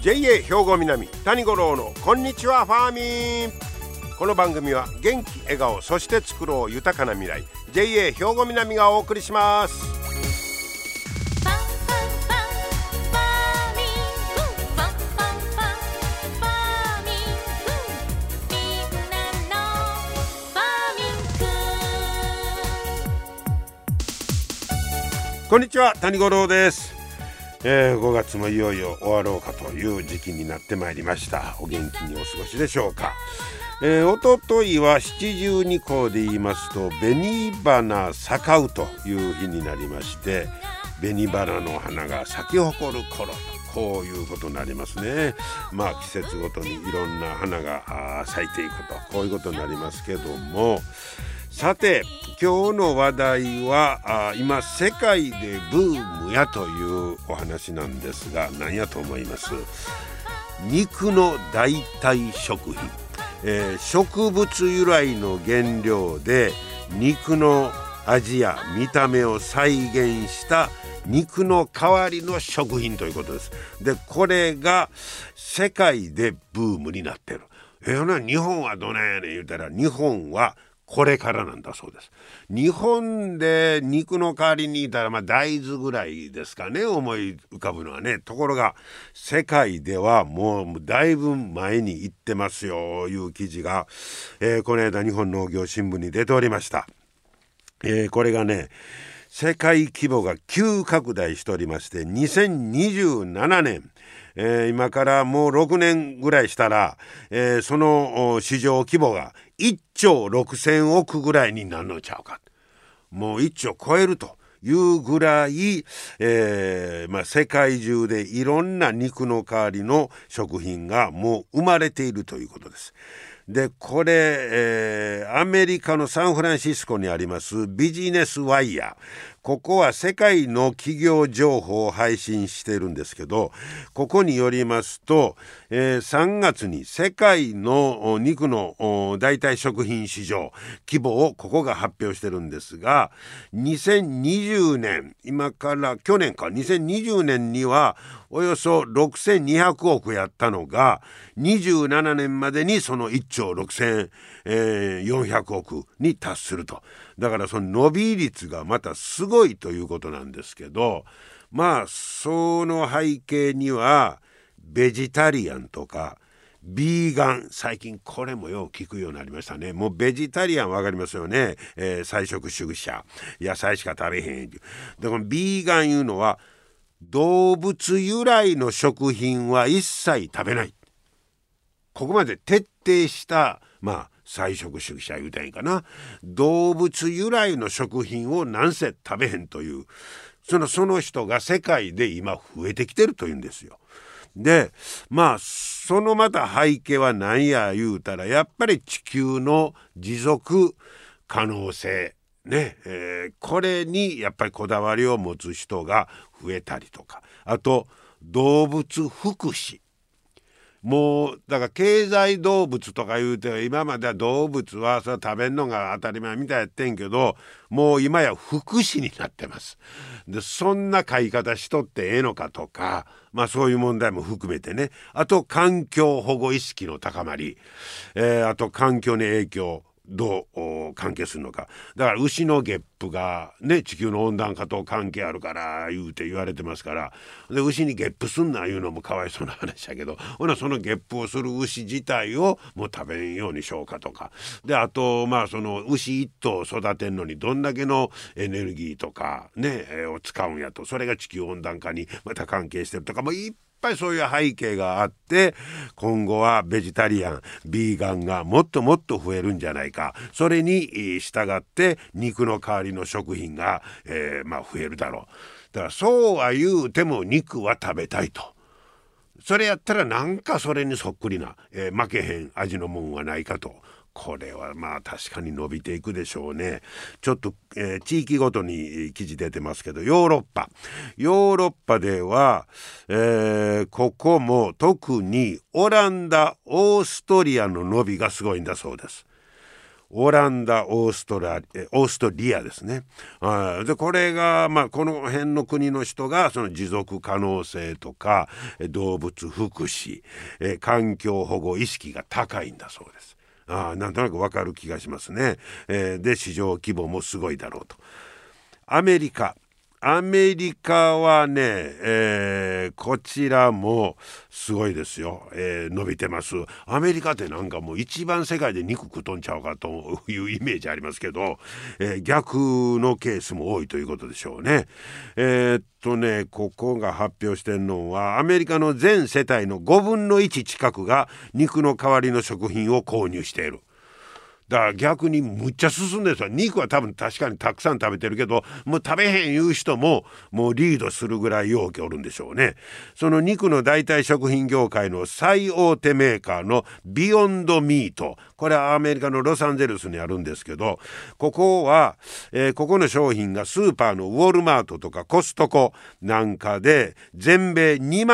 JA 兵庫南谷五郎のこんにちはファーミン。この番組は元気笑顔そして作ろう豊かな未来 JA 兵庫南がお送りします。こんにちは谷五郎です。5月もいよいよ終わろうかという時期になってまいりました。お元気にお過ごしでしょうか。おとといは七十二候で言いますと紅花咲うという日になりまして、紅花の花が咲き誇る頃とこういうことになりますね。季節ごとにいろんな花が咲いていくとこういうことになりますけども、さて今日の話題は今世界でブームやというお話なんですが、何やと思います？肉の代替食品、植物由来の原料で肉の味や見た目を再現した肉の代わりの食品ということです。でこれが世界でブームになってる。日本はどないやねん言うたら、日本はこれからなんだそうです。日本で肉の代わりにいたら大豆ぐらいですかね、思い浮かぶのはね。ところが世界ではもうだいぶ前に行ってますよいう記事が、この間日本農業新聞に出ておりました。これがね世界規模が急拡大しておりまして、2027年今からもう6年ぐらいしたら、その市場規模が1兆6000億ぐらいになるのちゃうか。もう1兆超えるというぐらい、世界中でいろんな肉の代わりの食品がもう生まれているということです。でこれ、アメリカのサンフランシスコにありますビジネスワイヤー、ここは世界の企業情報を配信しているんですけど、ここによりますと、3月に世界の肉の代替食品市場規模をここが発表してるんですが、2020年今から去年か2020年にはおよそ6200億やったのが27年までにその1兆6400億に達すると。だからその伸び率がまたすごいということなんですけど、その背景にはベジタリアンとかビーガン、最近これもよう聞くようになりましたね。もうベジタリアンわかりますよね、菜食主義者、野菜しか食べへん。でこのビーガンいうのは動物由来の食品は一切食べない、ここまで徹底した菜食主義者言うたらいいかな。動物由来の食品をなんせ食べへんというその人が世界で今増えてきてるというんですよ。でそのまた背景は何や言うたら、やっぱり地球の持続可能性ね、これにやっぱりこだわりを持つ人が増えたりとか、あと動物福祉、もうだから経済動物とか言うて、今までは動物はそれ食べんのが当たり前みたいやってんけど、もう今や福祉になってます。でそんな飼い方しとってええのかとか、そういう問題も含めてね、あと環境保護意識の高まり、あと環境に影響どう関係するのか。だから牛のゲップがね地球の温暖化と関係あるから言われてますから、で牛にゲップすんな言うのもかわいそうな話だけど、そのゲップをする牛自体をもう食べんようにしようかとかで、あとその牛一頭育てんのにどんだけのエネルギーとかね、を使うんやと、それが地球温暖化にまた関係してるとか、いっぱいそういう背景があって、今後はベジタリアンビーガンがもっともっと増えるんじゃないか。それに従って肉の代わりの食品が、増えるだろう。だからそうは言うても肉は食べたいと。それやったらなんかそれにそっくりな、負けへん味のもんはないかと。これは確かに伸びていくでしょうね。ちょっと、地域ごとに記事出てますけど、ヨーロッパでは、ここも特にオランダ、オーストリアの伸びがすごいんだそうです。 オランダ、オーストリアですね。でこれが、この辺の国の人がその持続可能性とか動物福祉、環境保護意識が高いんだそうです。なんとなくわかる気がしますね。で市場規模もすごいだろうと。アメリカはね、こちらもすごいですよ、伸びてます。アメリカってなんかもう一番世界で肉食っとんちゃうかというイメージありますけど、逆のケースも多いということでしょうね。ここが発表してるのはアメリカの全世帯の5分の1近くが肉の代わりの食品を購入している。だから逆にむっちゃ進んでるんですよ。肉は多分確かにたくさん食べてるけど、もう食べへんいう人ももうリードするぐらい多くおるんでしょうね。その肉の代替食品業界の最大手メーカーのビヨンドミート、これはアメリカのロサンゼルスにあるんですけど、ここは、ここの商品がスーパーのウォルマートとかコストコなんかで全米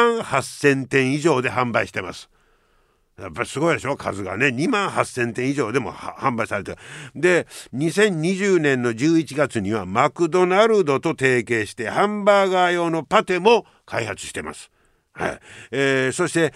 28,000店以上で販売してます。やっぱりすごいでしょ、数がね。28,000店以上でも販売されてる。で2020年の11月にはマクドナルドと提携してハンバーガー用のパテも開発してます。そして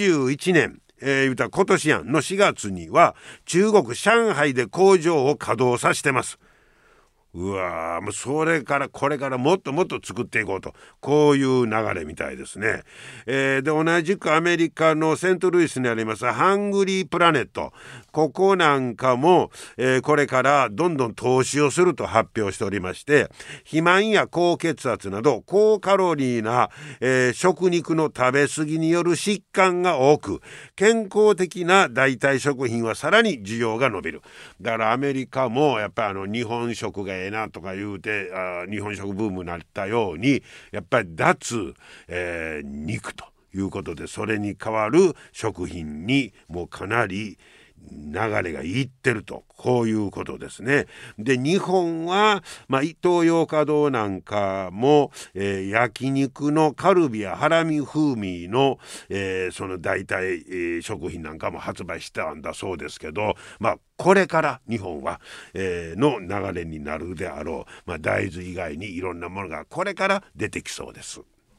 21年今年の4月には中国上海で工場を稼働させてます。もうそれからこれからもっともっと作っていこうと、こういう流れみたいですね。で同じくアメリカのセントルイスにありますハングリープラネット、ここなんかも、これからどんどん投資をすると発表しておりまして、肥満や高血圧など高カロリーな、食肉の食べ過ぎによる疾患が多く、健康的な代替食品はさらに需要が伸びる。だからアメリカもやっぱり日本食がなとか言うて日本食ブームになったように、やっぱり脱、肉ということで、それに代わる食品にもうかなり流れがいってると、こういうことですね。で日本は、イトーヨーカドーなんかも、焼肉のカルビやハラミ風味の、その代替、食品なんかも発売したんだそうですけど、これから日本は、の流れになるであろう、大豆以外にいろんなものがこれから出てきそうです。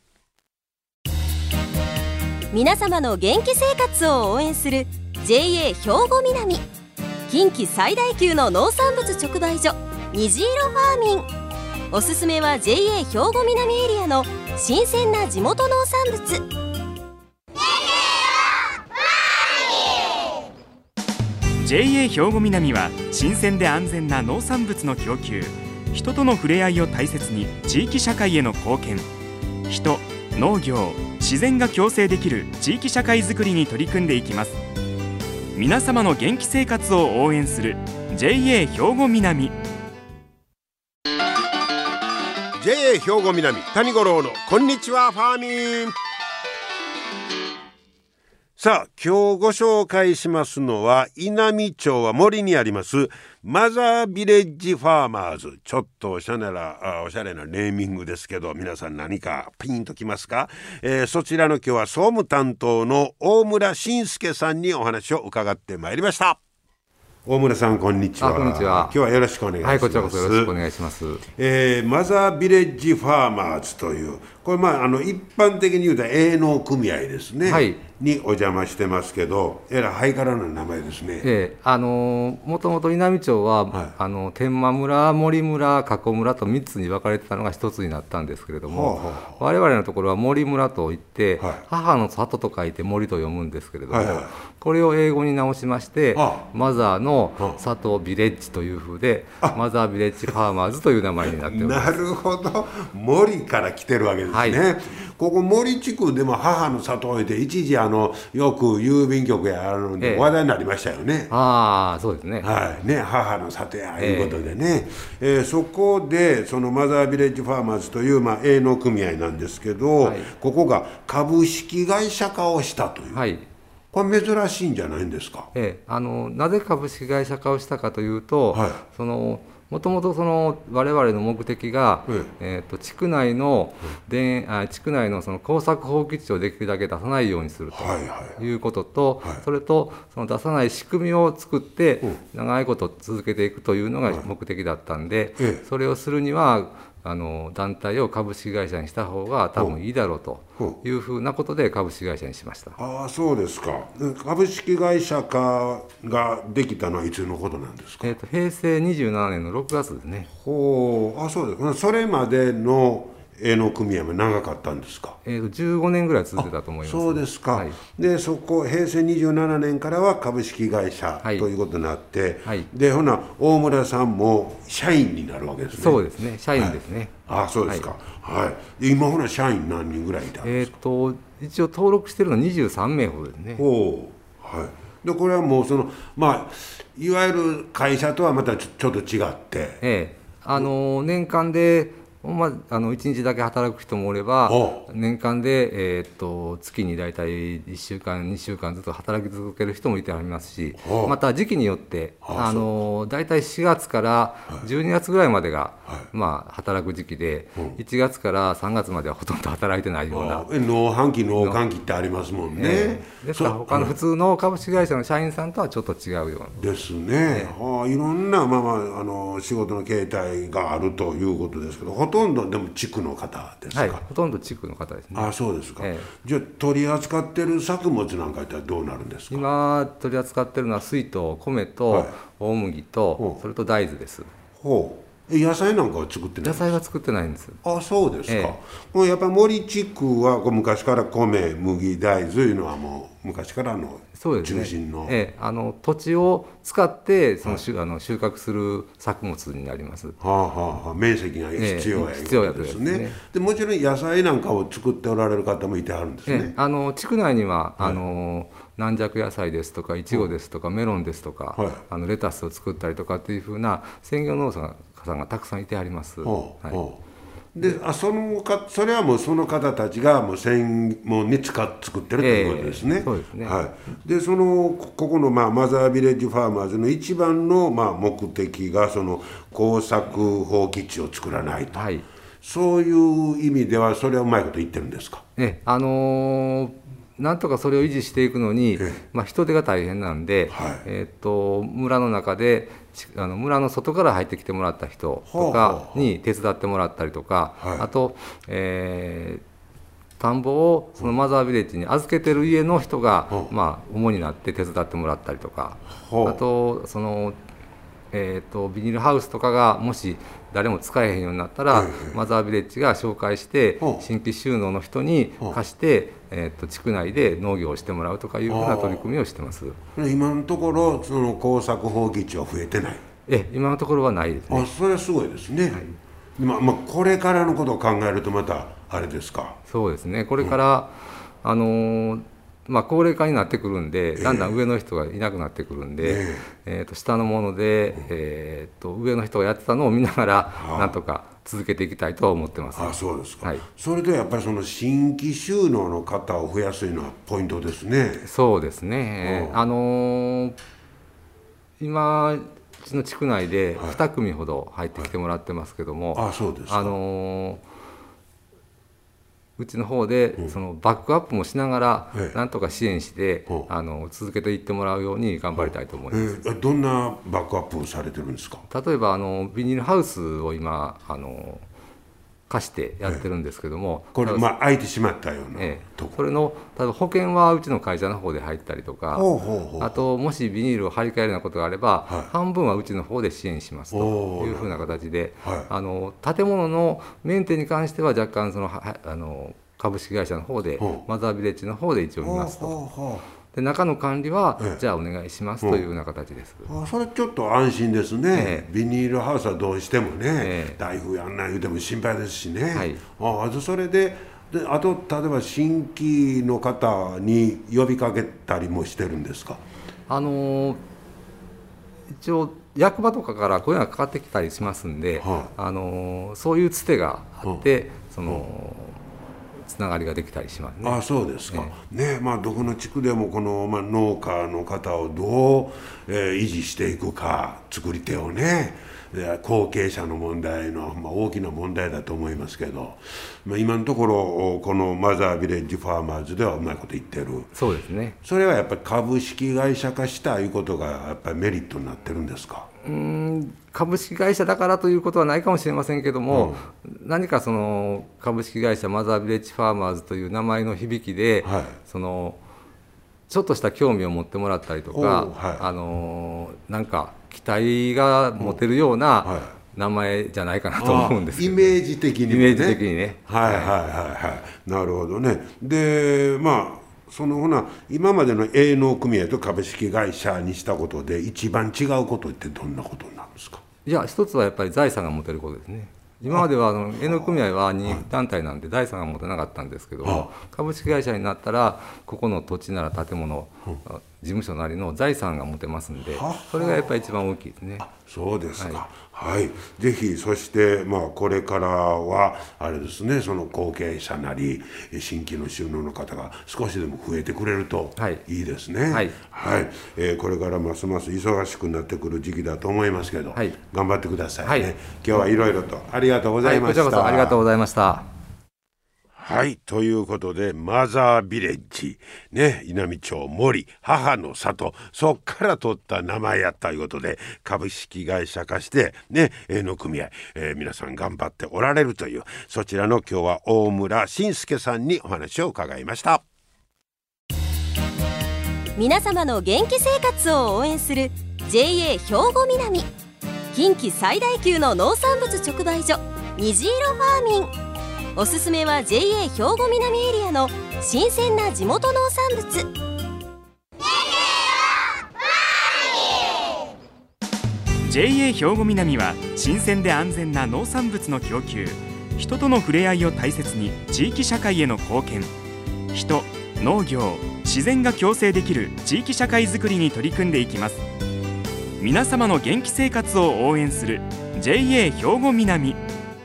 皆様の元気生活を応援する JA 兵庫南、近畿最大級の農産物直売所虹色ファーミン。おすすめは JA 兵庫南エリアの新鮮な地元農産物。 JA 兵庫南は新鮮で安全な農産物の供給、人との触れ合いを大切に地域社会への貢献、人、農業、自然が共生できる地域社会づくりに取り組んでいきます。皆様の元気生活を応援する JA 兵庫南。 JA 兵庫南谷五郎のこんにちはファーミン。さあ今日ご紹介しますのは稲美町は森にありますマザービレッジファーマーズ。ちょっとおしゃれなネーミングですけど、皆さん何かピンときますか？そちらの今日は総務担当の大村信介さんにお話を伺ってまいりました。大村さんこんにちは。 こんにちは。 今日はよろしくお願いします。 はい、こちらこそよろしくお願いします。 マザービレッジファーマーズという、これ一般的に言うと営農組合ですね、はい、にお邪魔してますけど、ハイカラな名前ですね。 もともと稲美町は、はい、天満村、森村、加古村と3つに分かれてたのが1つになったんですけれども、我々のところは森村といって、はい、母の里と書いて森と読むんですけれども、はいはい、これを英語に直しまして、マザーの里ビレッジという風で、マザービレッジファーマーズという名前になっております。 なるほど、森から来てるわけですね、はい、ここ森地区でも母の里へて一時よく郵便局やるんで話題になりましたよね。 そうですね、 はいね、母の里やいうことでね、そこでそのマザービレッジファーマーズという、営農組合なんですけど、はい、ここが株式会社化をしたという、はい、これ珍しいんじゃないんですか？ なぜ株式会社化をしたかというと、はい、 もともと我々の目的が、地区内のその耕作放棄地をできるだけ出さないようにするということと、それとその出さない仕組みを作って長いこと続けていくというのが目的だったんで、それをするには団体を株式会社にした方が多分いいだろうというふうなことで株式会社にしました。 ああ、そうですか。株式会社化ができたのはいつのことなんですか？ 平成27年の6月ですね。 ほう、あ、そうですか。それまでの絵の組合も長かったんですか ？15年ぐらい続いてたと思います。 そうですか、 はい、 でそこ平成27年からは株式会社ということになって、 はい、 でほな大村さんも社員になるわけですね。 そうですね、社員ですね。 はい、あ、そうですか。はい、今ほな社員何人ぐらいいたんですか？ 一応登録してるのは23名ほどですね。 お、はい、でこれはもういわゆる会社とはまたちょっと違って、 年間で1日だけ働く人もおれば、年間で、月に大体1週間2週間ずつ働き続ける人もいてありますし、また時期によって大体4月から12月ぐらいまでが、働く時期で、1月から3月まではほとんど働いてないような。 農繁期農閑期ってありますもんね。 ですから他の普通の株式会社の社員さんとはちょっと違うようなですね。いろんな、仕事の形態があるということですけど、ほとんどでも地区の方ですか？ はい、ほとんど地区の方ですね。 あ、そうですか。じゃあ取り扱ってる作物なんかいったらどうなるんですか？ 今取り扱ってるのは水と米と大麦と、それと大豆です。 ほう、野菜なんかは作ってないんですか？ 野菜は作ってないんです。 あ、そうですか。もうやっぱり森地区は昔から米、麦、大豆いうのはもう昔からの中心の、 土地を使って収穫する作物になります。 面積が必要やですね。でもちろん野菜なんかを作っておられる方もいてあるんですね。 地区内には軟弱野菜ですとかいちごですとかメロンですとか、レタスを作ったりとかっていうふうな専業農家さんがたくさんいてあります。 でそれはもうその方たちがもう専門に作ってるということですね。 そうですね。 はい、でここのマザービレッジファーマーズの一番の目的が耕作放棄地を作らないと、そういう意味ではそれはうまいこと言ってるんですか？ なんとかそれを維持していくのに、人手が大変なんで、村の中で村の外から入ってきてもらった人とかに手伝ってもらったりとか、あと、田んぼをそのマザービレッジに預けてる家の人が、主になって手伝ってもらったりとか、あとビニールハウスとかがもし誰も使えへんようになったら、マザービレッジが紹介して新規就農の人に貸して、地区内で農業をしてもらうとかいうふうな取り組みをしてます。 今のところ耕作放棄地は増えてない？ 今のところはないですね。 それはすごいですね。これからのことを考えるとまたあれですか？そうですね。これから、高齢化になってくるんで、だんだん上の人がいなくなってくるんで、下のもので、上の人がやってたのを見ながらなんとか続けていきたいとは思ってます。 あ、そうですか。それでやっぱり新規就農の方を増やすのはポイントですね。 そうですね。今うちの地区内で2組ほど入ってきてもらってますけども、 そうですか。 うちの方でバックアップもしながらなんとか支援して続けていってもらうように頑張りたいと思います。 どんなバックアップをされてるんですか？ 例えばビニールハウスを今貸してやってるんですけども、 これ空いてしまったようなとこ、 それの例えば保険はうちの会社の方で入ったりとか、あともしビニールを張り替えるようなことがあれば、半分はうちの方で支援しますというふうな形で、建物のメンテに関しては若干株式会社の方でマザービレッジの方で一応見ますと。で中の管理は、じゃあお願いしますというような形です。 それちょっと安心ですね。ビニールハウスはどうしてもね、台風やんない言うても心配ですしね。それであと例えば新規の方に呼びかけたりもしてるんですか？ 一応役場とかから声がかかってきたりしますんで、そういうつてがあって、 つながりができたりしますね。 あ、そうですか、ね。どこの地区でもこの、農家の方をどう、維持していくか、作り手をね、後継者の問題の、大きな問題だと思いますけど、今のところこのマザービレッジファーマーズではうまいこと言ってる。 そうですね。 それはやっぱり株式会社化したいうことがやっぱりメリットになってるんですか？ 株式会社だからということはないかもしれませんけども、何かその株式会社マザービレッジファーマーズという名前の響きで、そのちょっとした興味を持ってもらったりとか、なんか期待が持てるような名前じゃないかなと思うんですけど、 イメージ的にもね。 イメージ的にね。 なるほどね。でその今までの営農組合と株式会社にしたことで一番違うことってどんなことになるんですか？ いや、一つはやっぱり財産が持てることですね。今までは営農組合は2団体なんで財産が持てなかったんですけども、株式会社になったらここの土地なら建物、事務所なりの財産が持てますんで、それがやっぱり一番大きいですね。 そうですか。ぜひ、そしてこれからはあれですね、その後継者なり新規の収納の方が少しでも増えてくれるといいですね。これからますます忙しくなってくる時期だと思いますけど、頑張ってくださいね。今日はいろいろとありがとうございました。 こちらこそありがとうございました。 ということでマザービレッジね、稲美町森母の里、そっから取った名前やったいうことで株式会社化してね、営農組合、皆さん頑張っておられるという、そちらの今日は大村信介さんにお話を伺いました。 皆様の元気生活を応援する JA 兵庫南、近畿最大級の農産物直売所虹色ファーミン。おすすめは JA 兵庫南エリアの新鮮な地元農産物。 JA 兵庫南は新鮮で安全な農産物の供給、人との触れ合いを大切に地域社会への貢献、人、農業、自然が共生できる地域社会づくりに取り組んでいきます。皆様の元気生活を応援する JA 兵庫南。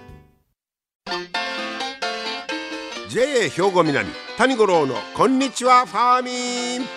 JA 兵庫南谷五郎のこんにちはファーミン。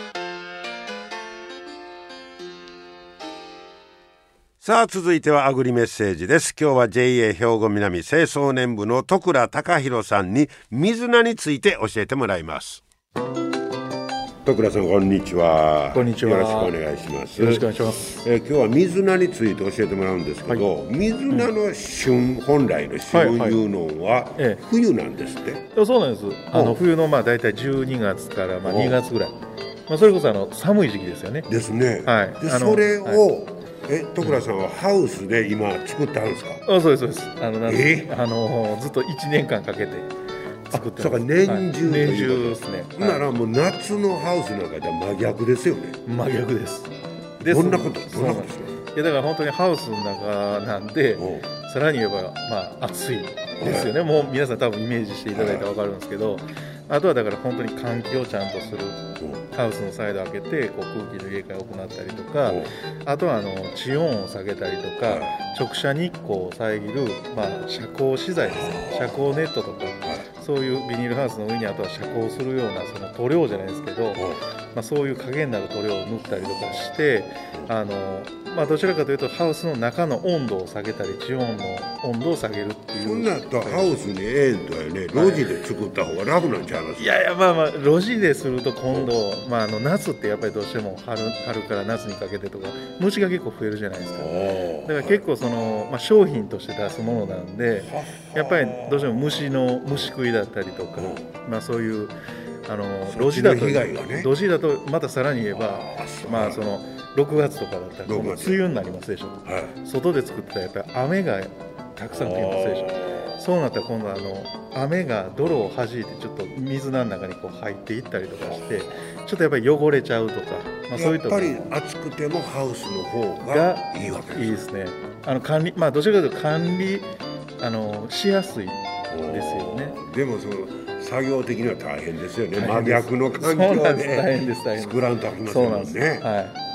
さあ続いてはアグリメッセージです。今日は JA 兵庫南清掃年部の徳倉隆弘さんに水菜について教えてもらいます。徳倉さん、こんにちは。 こんにちは。 よろしくお願いします。 よろしくお願いします。 今日は水菜について教えてもらうんですけど、水菜の旬、本来の旬いうのは冬なんですって。 そうなんです。冬のだいたい12月から2月ぐらい、それこそ寒い時期ですよね。 ですね。でそれを、徳倉さんはハウスで今作ってあるんですか？ そうですそうです。ずっと1年間かけて作ってます。 そうか、年中ということ。 年中ですね。 ならもう夏のハウスなんかじゃ真逆ですよね。 真逆です。 どんなことですか？ いや、だから本当にハウスの中なんで、さらに言えば暑いですよね。もう皆さん多分イメージしていただいたら分かるんですけど、あとはだから本当に換気をちゃんとする、ハウスのサイド開けて空気の入れ替えを行ったりとか、あとは地温を下げたりとか、直射日光を遮る、遮光資材ですね、遮光ネットとか、そういうビニールハウスの上にあとは遮光するようなその塗料じゃないですけど、そういう影になる塗料を塗ったりとかして、どちらかというとハウスの中の温度を下げたり地温の温度を下げるっていう。 そんなとハウスにとはね、路地で作った方が楽なんちゃいます？ いやいや、路地ですると今度、夏ってやっぱりどうしても春から夏にかけてとか虫が結構増えるじゃないですか。だから結構その、商品として出すものなんで、やっぱりどうしても虫食いだったりとか、そういう路地だと、路地だとまたさらに言えば、その6月とかだったら梅雨になりますでしょ。外で作ってたらやっぱり雨がたくさん降りますでしょ。そうなったら今度雨が泥を弾いてちょっと水の中に入っていったりとかして、ちょっとやっぱり汚れちゃうとか、そういうところ。 やっぱり暑くてもハウスの方がいいわけです。 いいですね。管理、どちらかというと管理しやすいですよね。 でもその作業的には大変ですよね。真逆の環境で作らんとあきませんもんね。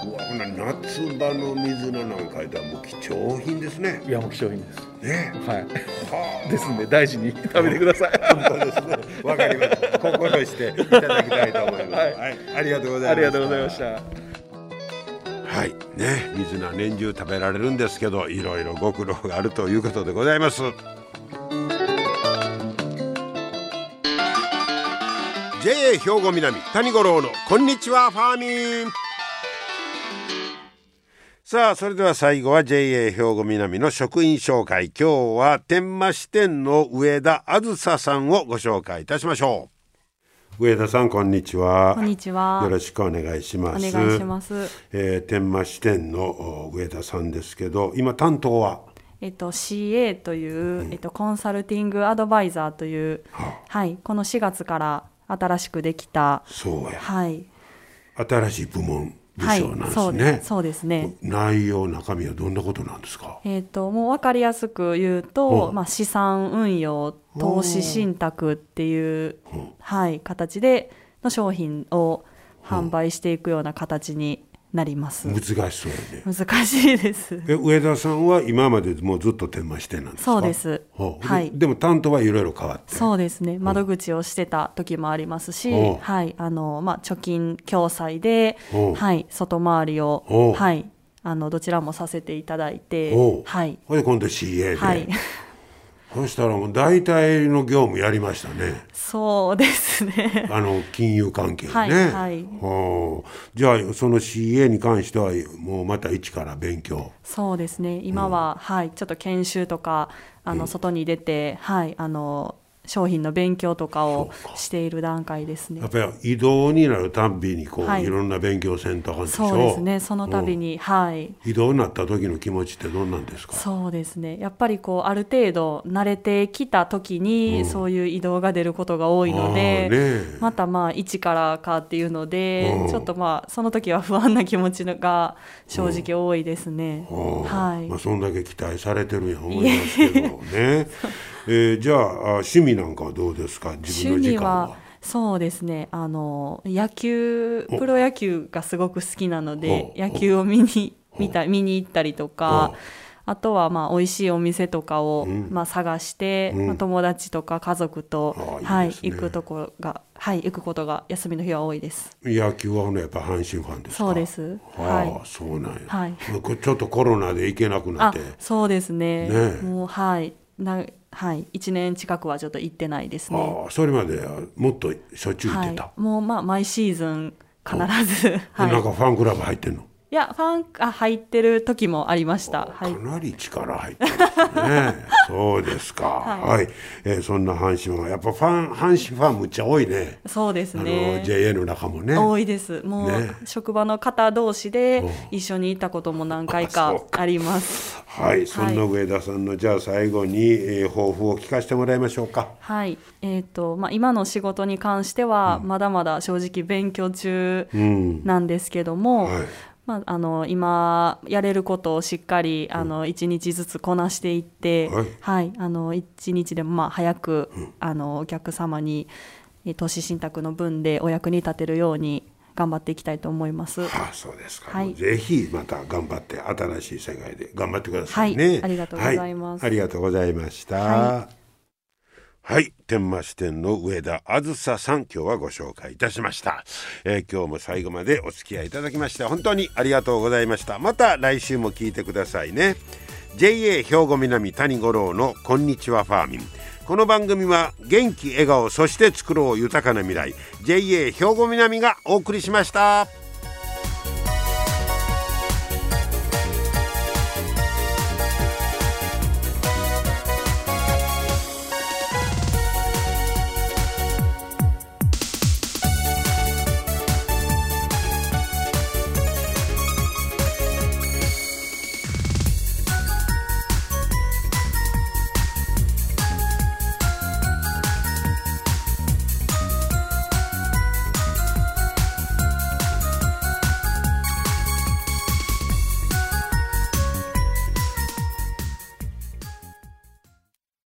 うわ、夏場の水菜なんかではもう貴重品ですね。 いやもう貴重品ですね。 はいですんで大事に食べてください。 本当ですね。わかりました。心していただきたいと思います。はい、ありがとうございました。 ありがとうございました。 はいね、水菜年中食べられるんですけど、いろいろご苦労があるということでございます。JA 兵庫南谷五郎のこんにちはファーミン。さあ、それでは最後は JA 兵庫南の職員紹介。今日は天満支店の上田あずささんをご紹介いたしましょう。上田さん、こんにちは。 こんにちは。 よろしくお願いします。 お願いします。 天満支店の上田さんですけど、今担当は CA という、コンサルティングアドバイザーという、はい、この4月から新しくできた、 そうや、 はい、 新しい部門部署なんですね。 はい、そうですね。 内容中身はどんなことなんですか？ もう分かりやすく言うと、資産運用投資信託っていう、はい、形での商品を販売していくような形になります。 難しそうやね。 難しいです。 上田さんは今までもうずっと天満支店なんですか？ そうです、はい、 でも担当はいろいろ変わって。 そうですね、窓口をしてた時もありますし、はい、貯金共済で、はい、外回りを、はい、どちらもさせていただいて、はい、 で今度 CA で、 はい、 そしたらもう大体の業務やりましたね。 そうですね。 金融関係ね。 はいはい、 じゃあその CA に関してはもうまた一から勉強。 そうですね。今は、はい、ちょっと研修とか外に出て、はい、商品の勉強とかをしている段階ですね。 やっぱり移動になるたびにこう、はい、いろんな勉強せんとあかんでしょ。 そうですね。そのたびに、はい、 移動になった時の気持ちってどんなんですか？ そうですね。やっぱりこうある程度慣れてきた時に、そういう移動が出ることが多いので、また一からかっていうので、ちょっとその時は不安な気持ちが正直多いですね。はい。 そんだけ期待されてるんや思いますけどね。じゃあ趣味なんかはどうですか？自分の時間は。 趣味はそうですね、野球、プロ野球がすごく好きなので、野球を見に行ったりとか、あとは美味しいお店とかを探して、友達とか家族と、はい、行くことが休みの日は多いです。 野球はやっぱ阪神ファンですか？ そうです。 はい、そうなんや。 はい、 ちょっとコロナで行けなくなって。 そうですね。もうはい1年近くはちょっと行ってないですね。 それまでもっとしょっちゅう行ってた？ はい、もう毎シーズン必ず、はい、 なんかファンクラブ入ってんの？ いや、入ってる時もありました。 かなり力入ってますね。そうですか。はい、そんな阪神はやっぱ阪神ファンむっちゃ多いね。 そうですね。 JA の中もね。 多いです。もう、職場の方同士で一緒にいたことも何回かあります。 はい、そんな上田さんのじゃあ最後に、抱負を聞かせてもらいましょうか。 はい。今の仕事に関してはまだまだ正直勉強中なんですけども。はい、今やれることをしっかり1日ずつこなしていって、はい、1日でも早くお客様に投資信託の分でお役に立てるように頑張っていきたいと思います。 そうですか。はい、ぜひまた頑張って新しい世界で頑張ってくださいね。 はい、ありがとうございます。 ありがとうございました。はい、天満支店の上田あずささん、今日はご紹介いたしました。今日も最後までお付き合いいただきまして本当にありがとうございました。また来週も聞いてくださいね。 JA 兵庫南谷五郎のこんにちはファーミン。この番組は元気笑顔そして作ろう豊かな未来 JA 兵庫南がお送りしました。